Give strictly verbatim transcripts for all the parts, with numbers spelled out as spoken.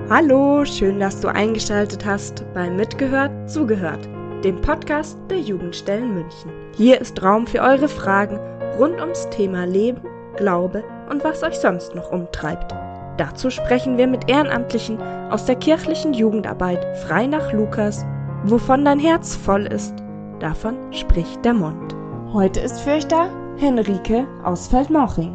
Hallo, schön, dass du eingeschaltet hast bei Mitgehört, Zugehört, dem Podcast der Jugendstellen München. Hier ist Raum für eure Fragen rund ums Thema Leben, Glaube und was euch sonst noch umtreibt. Dazu sprechen wir mit Ehrenamtlichen aus der kirchlichen Jugendarbeit frei nach Lukas. Wovon dein Herz voll ist, davon spricht der Mund. Heute ist für euch da Henrike aus Feldmoching.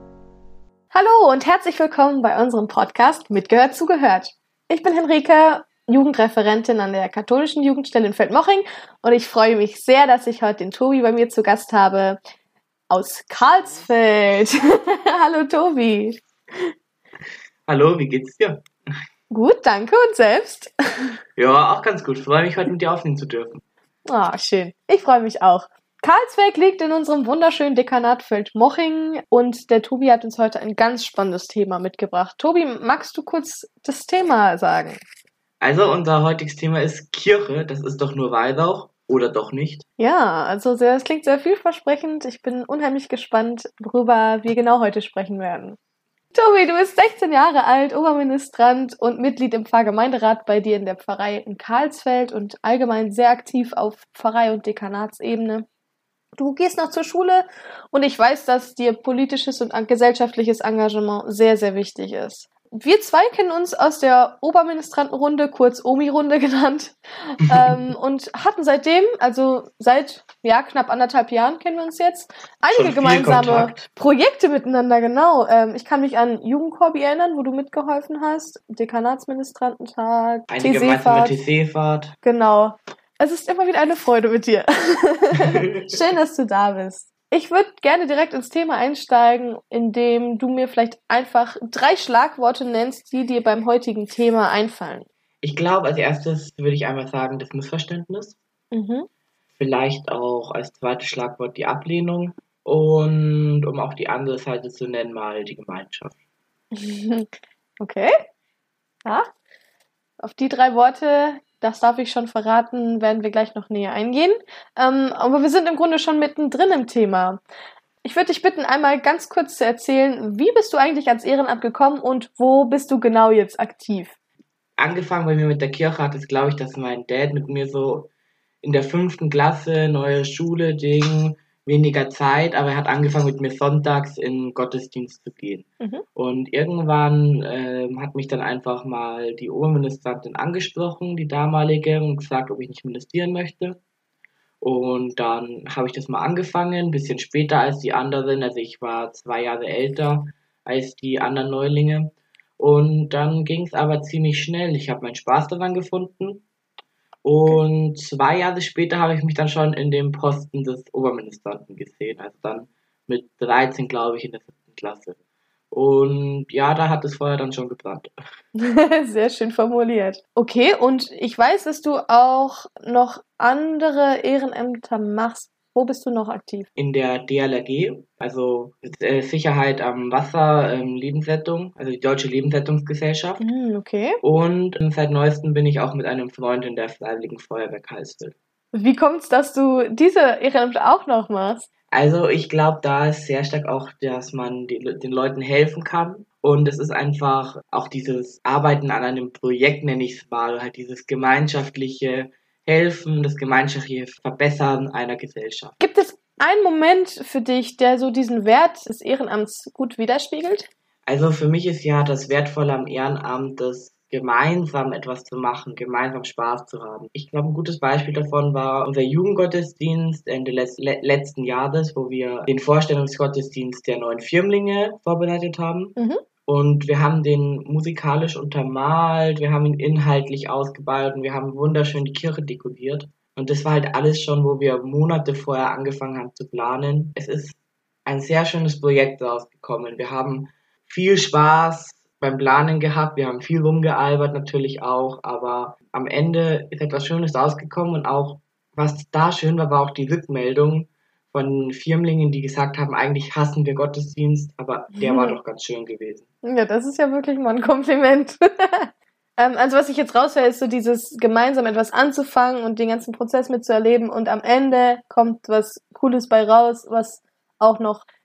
Hallo und herzlich willkommen bei unserem Podcast Mitgehört, Zugehört. Ich bin Henrike, Jugendreferentin an der katholischen Jugendstelle in Feldmoching und ich freue mich sehr, dass ich heute den Tobi bei mir zu Gast habe aus Karlsfeld. Hallo Tobi. Hallo, wie geht's dir? Gut, danke und selbst? Ja, auch ganz gut. Ich freue mich, heute mit dir aufnehmen zu dürfen. Ah, schön. Ich freue mich auch. Karlsfeld liegt in unserem wunderschönen Dekanat Feldmoching und der Tobi hat uns heute ein ganz spannendes Thema mitgebracht. Tobi, magst du kurz das Thema sagen? Also, unser heutiges Thema ist Kirche. Das ist doch nur Weihrauch oder doch nicht? Ja, also sehr, das klingt sehr vielversprechend. Ich bin unheimlich gespannt, worüber wir genau heute sprechen werden. Tobi, du bist sechzehn Jahre alt, Oberministrant und Mitglied im Pfarrgemeinderat bei dir in der Pfarrei in Karlsfeld und allgemein sehr aktiv auf Pfarrei- und Dekanatsebene. Du gehst noch zur Schule und ich weiß, dass dir politisches und gesellschaftliches Engagement sehr, sehr wichtig ist. Wir zwei kennen uns aus der Oberministrantenrunde, kurz Omi-Runde genannt, ähm, und hatten seitdem, also seit ja knapp anderthalb Jahren kennen wir uns jetzt, einige gemeinsame Kontakt. Projekte miteinander, genau. Ähm, ich kann mich an Jugendkorbi erinnern, wo du mitgeholfen hast, Dekanatsministrantentag, Eine gemeinsame T-Seefahrt. T C-Fahrt. Genau. Es ist immer wieder eine Freude mit dir. Schön, dass du da bist. Ich würde gerne direkt ins Thema einsteigen, indem du mir vielleicht einfach drei Schlagworte nennst, die dir beim heutigen Thema einfallen. Ich glaube, als erstes würde ich einmal sagen, das Missverständnis. Mhm. Vielleicht auch als zweites Schlagwort die Ablehnung. Und um auch die andere Seite zu nennen, mal die Gemeinschaft. Okay. Ja. Auf die drei Worte, das darf ich schon verraten, werden wir gleich noch näher eingehen. Ähm, aber wir sind im Grunde schon mittendrin im Thema. Ich würde dich bitten, einmal ganz kurz zu erzählen, wie bist du eigentlich ans Ehrenamt gekommen und wo bist du genau jetzt aktiv? Angefangen bei mir mit der Kirche hat es, glaube ich, dass mein Dad mit mir so in der fünften Klasse, neue Schule, Ding, weniger Zeit, aber er hat angefangen mit mir sonntags in den Gottesdienst zu gehen. Mhm. Und irgendwann ähm, hat mich dann einfach mal die Oberministrantin angesprochen, die damalige, und gefragt, ob ich nicht ministrieren möchte. Und dann habe ich das mal angefangen, ein bisschen später als die anderen, also ich war zwei Jahre älter als die anderen Neulinge. Und dann ging es aber ziemlich schnell. Ich habe meinen Spaß daran gefunden. Und zwei Jahre später habe ich mich dann schon in dem Posten des Oberministranten gesehen. Also dann mit dreizehn, glaube ich, in der siebten Klasse. Und ja, da hat es vorher dann schon gebrannt. Sehr schön formuliert. Okay, und ich weiß, dass du auch noch andere Ehrenämter machst. Wo bist du noch aktiv? In der D L R G, also äh, Sicherheit am Wasser, ähm, Lebensrettung, also die Deutsche Lebensrettungsgesellschaft. Hm, okay. Und ähm, seit neuestem bin ich auch mit einem Freund in der Freiwilligen Feuerwehr Karlsfeld. Wie kommt es, dass du diese Ehrenämter auch noch machst? Also ich glaube, da ist sehr stark auch, dass man die, den Leuten helfen kann. Und es ist einfach auch dieses Arbeiten an einem Projekt, nenne ich es mal, halt dieses gemeinschaftliche Helfen, das gemeinschaftliche Verbessern einer Gesellschaft. Gibt es einen Moment für dich, der so diesen Wert des Ehrenamts gut widerspiegelt? Also für mich ist ja das Wertvolle am Ehrenamt, das gemeinsam etwas zu machen, gemeinsam Spaß zu haben. Ich glaube, ein gutes Beispiel davon war unser Jugendgottesdienst Ende les- le- letzten Jahres, wo wir den Vorstellungsgottesdienst der neuen Firmlinge vorbereitet haben. Mhm. Und wir haben den musikalisch untermalt, wir haben ihn inhaltlich ausgebaut und wir haben wunderschön die Kirche dekoriert. Und das war halt alles schon, wo wir Monate vorher angefangen haben zu planen. Es ist ein sehr schönes Projekt rausgekommen. Wir haben viel Spaß beim Planen gehabt, wir haben viel rumgealbert natürlich auch, aber am Ende ist etwas Schönes rausgekommen und auch, was da schön war, war auch die Rückmeldung von Firmlingen, die gesagt haben, eigentlich hassen wir Gottesdienst, aber der Mhm. war doch ganz schön gewesen. Ja, das ist ja wirklich mal ein Kompliment. ähm, also was ich jetzt raushöre, ist so dieses gemeinsam etwas anzufangen und den ganzen Prozess mitzuerleben und am Ende kommt was Cooles bei raus, was auch noch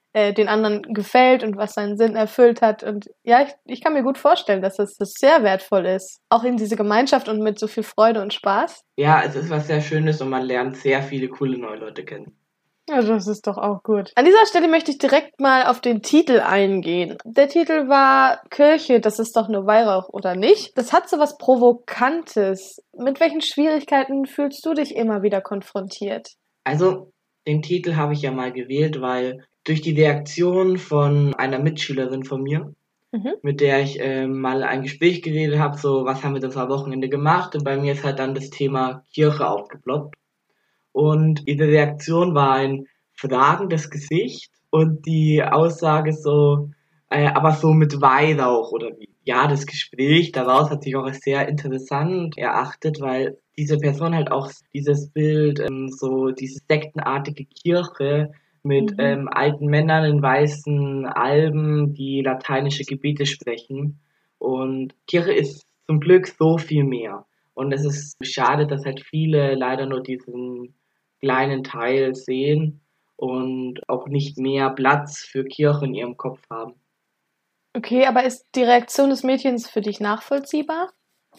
äh, den anderen gefällt und was seinen Sinn erfüllt hat. Und ja, ich, ich kann mir gut vorstellen, dass das, das sehr wertvoll ist. Auch in diese Gemeinschaft und mit so viel Freude und Spaß. Ja, es ist was sehr Schönes und man lernt sehr viele coole neue Leute kennen. Ja, das ist doch auch gut. An dieser Stelle möchte ich direkt mal auf den Titel eingehen. Der Titel war Kirche, das ist doch nur Weihrauch, oder nicht? Das hat so was Provokantes. Mit welchen Schwierigkeiten fühlst du dich immer wieder konfrontiert? Also, den Titel habe ich ja mal gewählt, weil durch die Reaktion von einer Mitschülerin von mir, Mhm. mit der ich äh, mal ein Gespräch geredet habe, so was haben wir das am Wochenende gemacht, und bei mir ist halt dann das Thema Kirche aufgeploppt. Und ihre Reaktion war ein fragendes Gesicht und die Aussage so, äh, aber so mit Weihrauch oder wie. Ja, das Gespräch daraus hat sich auch als sehr interessant erachtet, weil diese Person halt auch dieses Bild, ähm, so diese sektenartige Kirche mit Mhm. ähm, alten Männern in weißen Alben, die lateinische Gebete sprechen. Und Kirche ist zum Glück so viel mehr. Und es ist schade, dass halt viele leider nur diesen kleinen Teil sehen und auch nicht mehr Platz für Kirche in ihrem Kopf haben. Okay, aber ist die Reaktion des Mädchens für dich nachvollziehbar?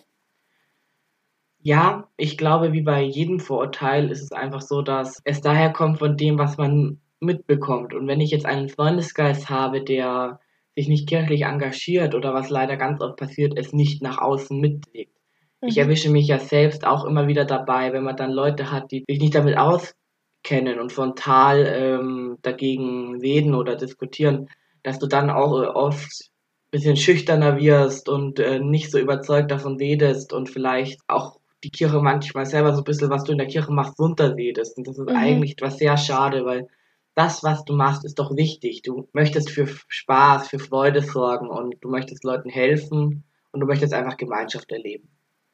Ja, ich glaube, wie bei jedem Vorurteil ist es einfach so, dass es daher kommt von dem, was man mitbekommt. Und wenn ich jetzt einen Freundeskreis habe, der sich nicht kirchlich engagiert oder was leider ganz oft passiert, es nicht nach außen mitträgt. Ich Mhm. erwische mich ja selbst auch immer wieder dabei, wenn man dann Leute hat, die sich nicht damit auskennen und frontal ähm, dagegen reden oder diskutieren, dass du dann auch äh, oft ein bisschen schüchterner wirst und äh, nicht so überzeugt davon redest und vielleicht auch die Kirche manchmal selber so ein bisschen, was du in der Kirche machst, runterredest. Und das ist Mhm. eigentlich etwas sehr schade, weil das, was du machst, ist doch wichtig. Du möchtest für Spaß, für Freude sorgen und du möchtest Leuten helfen und du möchtest einfach Gemeinschaft erleben.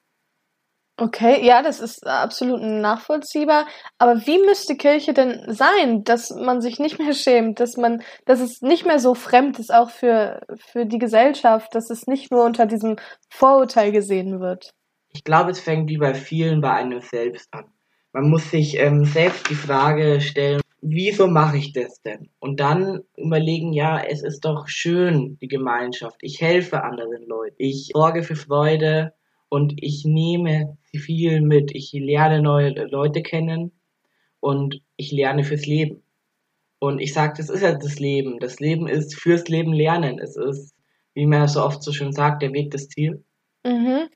Okay, ja, das ist absolut nachvollziehbar. Aber wie müsste Kirche denn sein, dass man sich nicht mehr schämt, dass man, dass es nicht mehr so fremd ist, auch für, für die Gesellschaft, dass es nicht nur unter diesem Vorurteil gesehen wird? Ich glaube, es fängt wie bei vielen bei einem selbst an. Man muss sich ähm, selbst die Frage stellen, wieso mache ich das denn? Und dann überlegen, ja, es ist doch schön, die Gemeinschaft. Ich helfe anderen Leuten. Ich sorge für Freude und ich nehme viel mit. Ich lerne neue Leute kennen und ich lerne fürs Leben. Und ich sage, das ist ja das Leben. Das Leben ist fürs Leben lernen. Es ist, wie man so oft so schön sagt, der Weg das Ziel. Mhm.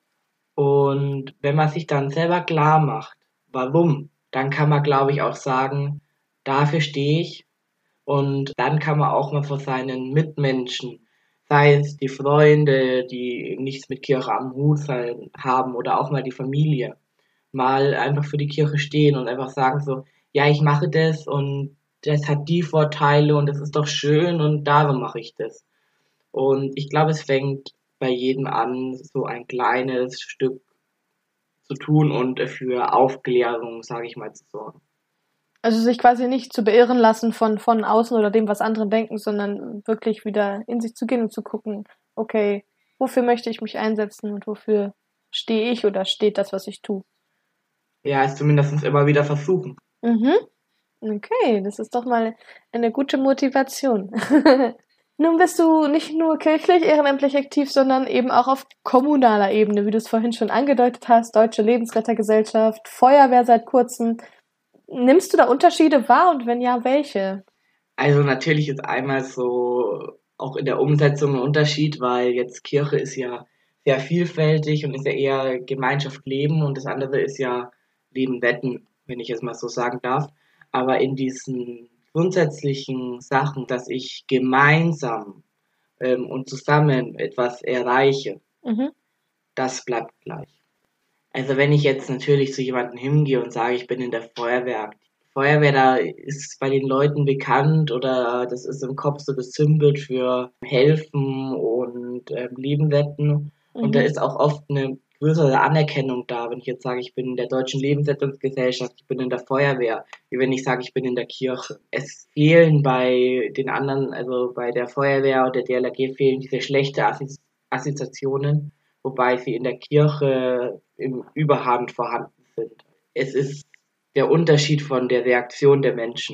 Und wenn man sich dann selber klar macht, warum, dann kann man, glaube ich, auch sagen, dafür stehe ich. Und dann kann man auch mal vor seinen Mitmenschen, sei es die Freunde, die nichts mit Kirche am Hut sein, haben oder auch mal die Familie, mal einfach für die Kirche stehen und einfach sagen so, ja, ich mache das und das hat die Vorteile und das ist doch schön und darum mache ich das. Und ich glaube, es fängt bei jedem an, so ein kleines Stück zu tun und für Aufklärung, sage ich mal, zu sorgen. Also sich quasi nicht zu beirren lassen von, von außen oder dem, was andere denken, sondern wirklich wieder in sich zu gehen und zu gucken, okay, wofür möchte ich mich einsetzen und wofür stehe ich oder steht das, was ich tue. Ja, es zumindest immer wieder versuchen. Mhm. Okay, das ist doch mal eine gute Motivation. Nun bist du nicht nur kirchlich ehrenamtlich aktiv, sondern eben auch auf kommunaler Ebene, wie du es vorhin schon angedeutet hast, Deutsche Lebensrettergesellschaft, Feuerwehr seit kurzem. Nimmst du da Unterschiede wahr und wenn ja, welche? Also natürlich ist einmal so auch in der Umsetzung ein Unterschied, weil jetzt Kirche ist ja sehr vielfältig und ist ja eher Gemeinschaft leben und das andere ist ja Leben wetten, wenn ich es mal so sagen darf. Aber in diesen grundsätzlichen Sachen, dass ich gemeinsam ähm, und zusammen etwas erreiche, Mhm. das bleibt gleich. Also wenn ich jetzt natürlich zu jemandem hingehe und sage, ich bin in der Feuerwehr. Feuerwehr, da ist bei den Leuten bekannt oder das ist im Kopf so das Symbol für helfen und ähm, Leben retten. Und da Mhm. ist auch oft eine größere Anerkennung da, wenn ich jetzt sage, ich bin in der Deutschen Lebensrettungsgesellschaft, ich bin in der Feuerwehr, wie wenn ich sage, ich bin in der Kirche. Es fehlen bei den anderen, also bei der Feuerwehr oder der D L R G fehlen diese schlechte Assozi Assoziationen, wobei sie in der Kirche im Überhand vorhanden sind. Es ist der Unterschied von der Reaktion der Menschen.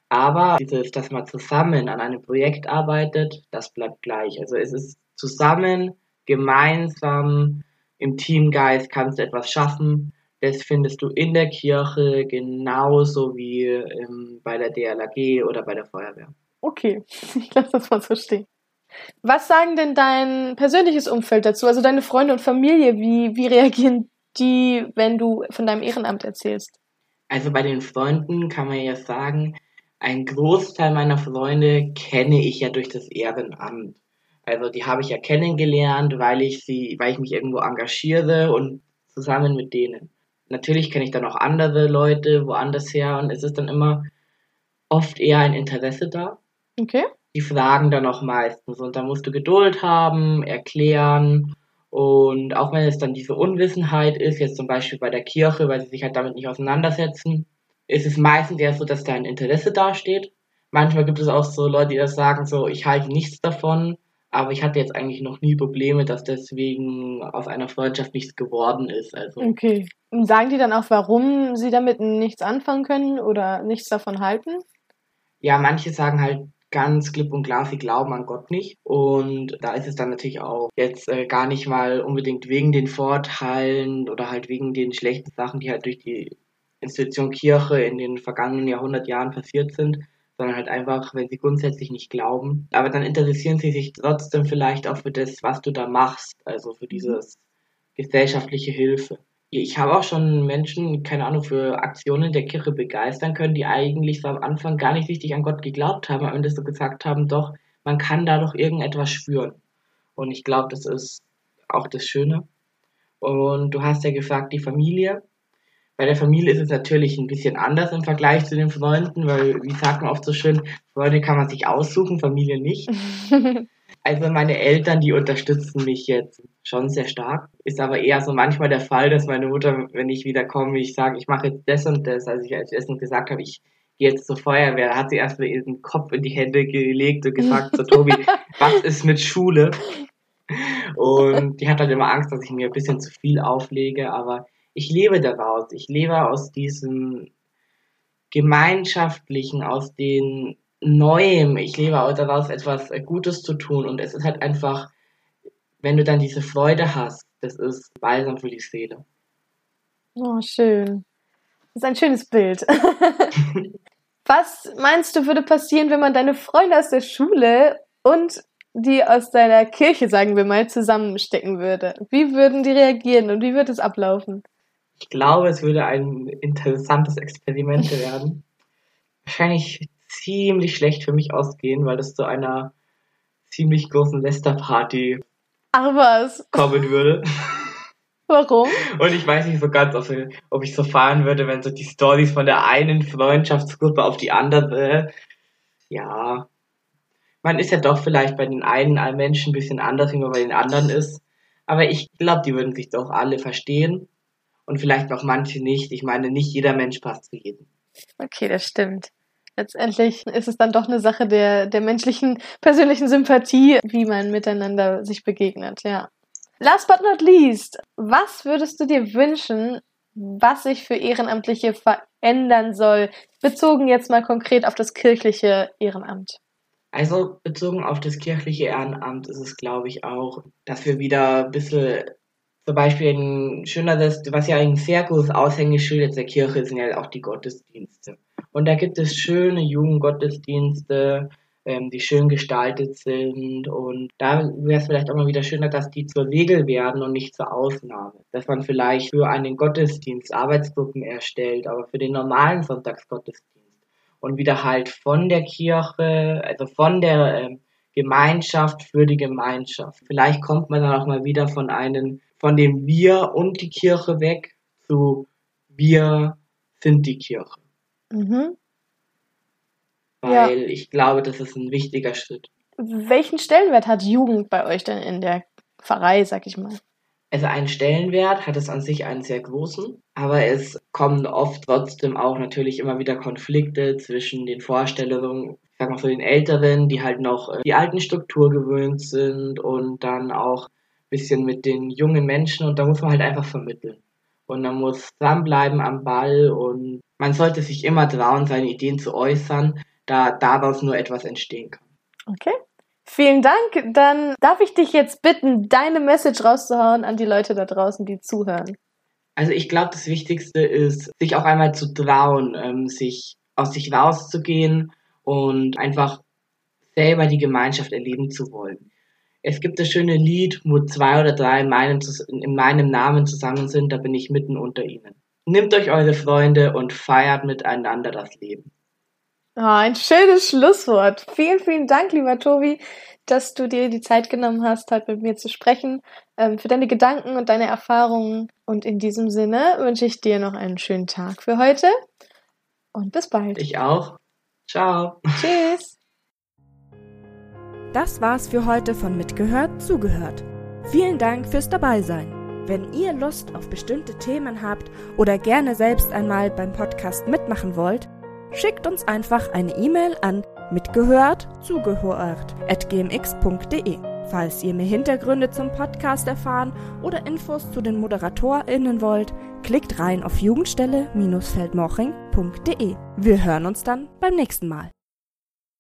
Aber dieses, dass man zusammen an einem Projekt arbeitet, das bleibt gleich. Also es ist zusammen, gemeinsam, im Teamgeist kannst du etwas schaffen. Das findest du in der Kirche genauso wie ähm, bei der D L R G oder bei der Feuerwehr. Okay, ich lasse das mal so stehen. Was sagen denn dein persönliches Umfeld dazu? Also deine Freunde und Familie, wie, wie reagieren die, wenn du von deinem Ehrenamt erzählst? Also bei den Freunden kann man ja sagen, ein Großteil meiner Freunde kenne ich ja durch das Ehrenamt. Also die habe ich ja kennengelernt, weil ich sie, weil ich mich irgendwo engagiere und zusammen mit denen. Natürlich kenne ich dann auch andere Leute woanders her und es ist dann immer oft eher ein Interesse da. Okay. Die fragen dann auch meistens und da musst du Geduld haben, erklären und auch wenn es dann diese Unwissenheit ist, jetzt zum Beispiel bei der Kirche, weil sie sich halt damit nicht auseinandersetzen, ist es meistens eher so, dass da ein Interesse dasteht. Manchmal gibt es auch so Leute, die das sagen, so ich halte nichts davon, aber ich hatte jetzt eigentlich noch nie Probleme, dass deswegen aus einer Freundschaft nichts geworden ist. Also Okay. Und sagen die dann auch, warum sie damit nichts anfangen können oder nichts davon halten? ja, manche sagen halt ganz klipp und klar, sie glauben an Gott nicht. Und da ist es dann natürlich auch jetzt äh, gar nicht mal unbedingt wegen den Vorteilen oder halt wegen den schlechten Sachen, die halt durch die Institution Kirche in den vergangenen Jahrhundert Jahren passiert sind, sondern halt einfach, wenn sie grundsätzlich nicht glauben. Aber dann interessieren sie sich trotzdem vielleicht auch für das, was du da machst, also für dieses gesellschaftliche Hilfe. Ich habe auch schon Menschen, keine Ahnung, für Aktionen der Kirche begeistern können, die eigentlich so am Anfang gar nicht richtig an Gott geglaubt haben, am Ende so gesagt haben, doch, man kann da doch irgendetwas spüren. Und ich glaube, das ist auch das Schöne. Und du hast ja gefragt, die Familie. Bei der Familie ist es natürlich ein bisschen anders im Vergleich zu den Freunden, weil, wie sagt man oft so schön, Freunde kann man sich aussuchen, Familie nicht. Also meine Eltern, die unterstützen mich jetzt schon sehr stark. Ist aber eher so manchmal der Fall, dass meine Mutter, wenn ich wieder komme, ich sage, ich mache jetzt das und das. Als ich als erstes gesagt habe, ich gehe jetzt zur Feuerwehr, da hat sie erstmal ihren Kopf in die Hände gelegt und gesagt, so Tobi, was ist mit Schule? Und die hat halt immer Angst, dass ich mir ein bisschen zu viel auflege, aber ich lebe daraus. Ich lebe aus diesem Gemeinschaftlichen, aus den Neuem. Ich lebe auch daraus, etwas äh, Gutes zu tun. Und es ist halt einfach, wenn du dann diese Freude hast, das ist balsam für die Seele. Oh, schön. Das ist ein schönes Bild. Was meinst du, würde passieren, wenn man deine Freunde aus der Schule und die aus deiner Kirche, sagen wir mal, zusammenstecken würde? Wie würden die reagieren und wie würde es ablaufen? Ich glaube, es würde ein interessantes Experiment werden. Wahrscheinlich ziemlich schlecht für mich ausgehen, weil das zu einer ziemlich großen Lästerparty Ach was, kommen würde. warum? Und ich weiß nicht so ganz, ob, ob ich so fahren würde, wenn so die Storys von der einen Freundschaftsgruppe auf die andere, ja, man ist ja doch vielleicht bei den einen Menschen ein bisschen anders, wie man bei den anderen ist. Aber ich glaube, die würden sich doch alle verstehen und vielleicht auch manche nicht. Ich meine, nicht jeder Mensch passt zu jedem. Okay, das stimmt. Letztendlich ist es dann doch eine Sache der, der menschlichen, persönlichen Sympathie, wie man miteinander sich begegnet, ja. Last but not least, was würdest du dir wünschen, was sich für Ehrenamtliche verändern soll, bezogen jetzt mal konkret auf das kirchliche Ehrenamt? Also bezogen auf das kirchliche Ehrenamt ist es, glaube ich, auch, dass wir wieder ein bisschen, zum Beispiel ein schöneres, was ja ein sehr großes Aushängeschild jetzt der Kirche sind ja auch die Gottesdienste. Und da gibt es schöne Jugendgottesdienste, ähm, die schön gestaltet sind. Und da wäre es vielleicht auch mal wieder schöner, dass die zur Regel werden und nicht zur Ausnahme. Dass man vielleicht für einen Gottesdienst Arbeitsgruppen erstellt, aber für den normalen Sonntagsgottesdienst. Und wieder halt von der Kirche, also von der ähm, Gemeinschaft für die Gemeinschaft. Vielleicht kommt man dann auch mal wieder von einem, von dem Wir und die Kirche weg zu Wir sind die Kirche. Mhm. Weil Ja. ich glaube, das ist ein wichtiger Schritt. Welchen Stellenwert hat Jugend bei euch denn in der Pfarrei, sag ich mal? Also einen Stellenwert hat es an sich einen sehr großen, aber es kommen oft trotzdem auch natürlich immer wieder Konflikte zwischen den Vorstellungen, ich sag mal so den Älteren, die halt noch äh, die alten Struktur gewöhnt sind und dann auch ein bisschen mit den jungen Menschen und da muss man halt einfach vermitteln. Und man muss dranbleiben am Ball und man sollte sich immer trauen, seine Ideen zu äußern, da daraus nur etwas entstehen kann. Okay. Vielen Dank. Dann darf ich dich jetzt bitten, deine Message rauszuhauen an die Leute da draußen, die zuhören. Also ich glaube, das Wichtigste ist, sich auch einmal zu trauen, ähm, sich aus sich rauszugehen und einfach selber die Gemeinschaft erleben zu wollen. Es gibt das schöne Lied, wo zwei oder drei in meinem, in meinem Namen zusammen sind, da bin ich mitten unter ihnen. Nehmt euch eure Freunde und feiert miteinander das Leben. Oh, ein schönes Schlusswort. Vielen, vielen Dank, lieber Tobi, dass du dir die Zeit genommen hast, heute mit mir zu sprechen, ähm, für deine Gedanken und deine Erfahrungen. Und in diesem Sinne wünsche ich dir noch einen schönen Tag für heute und bis bald. Ich auch. Ciao. Tschüss. Das war's für heute von Mitgehört, zugehört. Vielen Dank fürs Dabeisein. Wenn ihr Lust auf bestimmte Themen habt oder gerne selbst einmal beim Podcast mitmachen wollt, schickt uns einfach eine E-Mail an mitgehört zugehört at gmx punkt de. Falls ihr mehr Hintergründe zum Podcast erfahren oder Infos zu den ModeratorInnen wollt, klickt rein auf jugendstelle Bindestrich feldmoching punkt de. Wir hören uns dann beim nächsten Mal.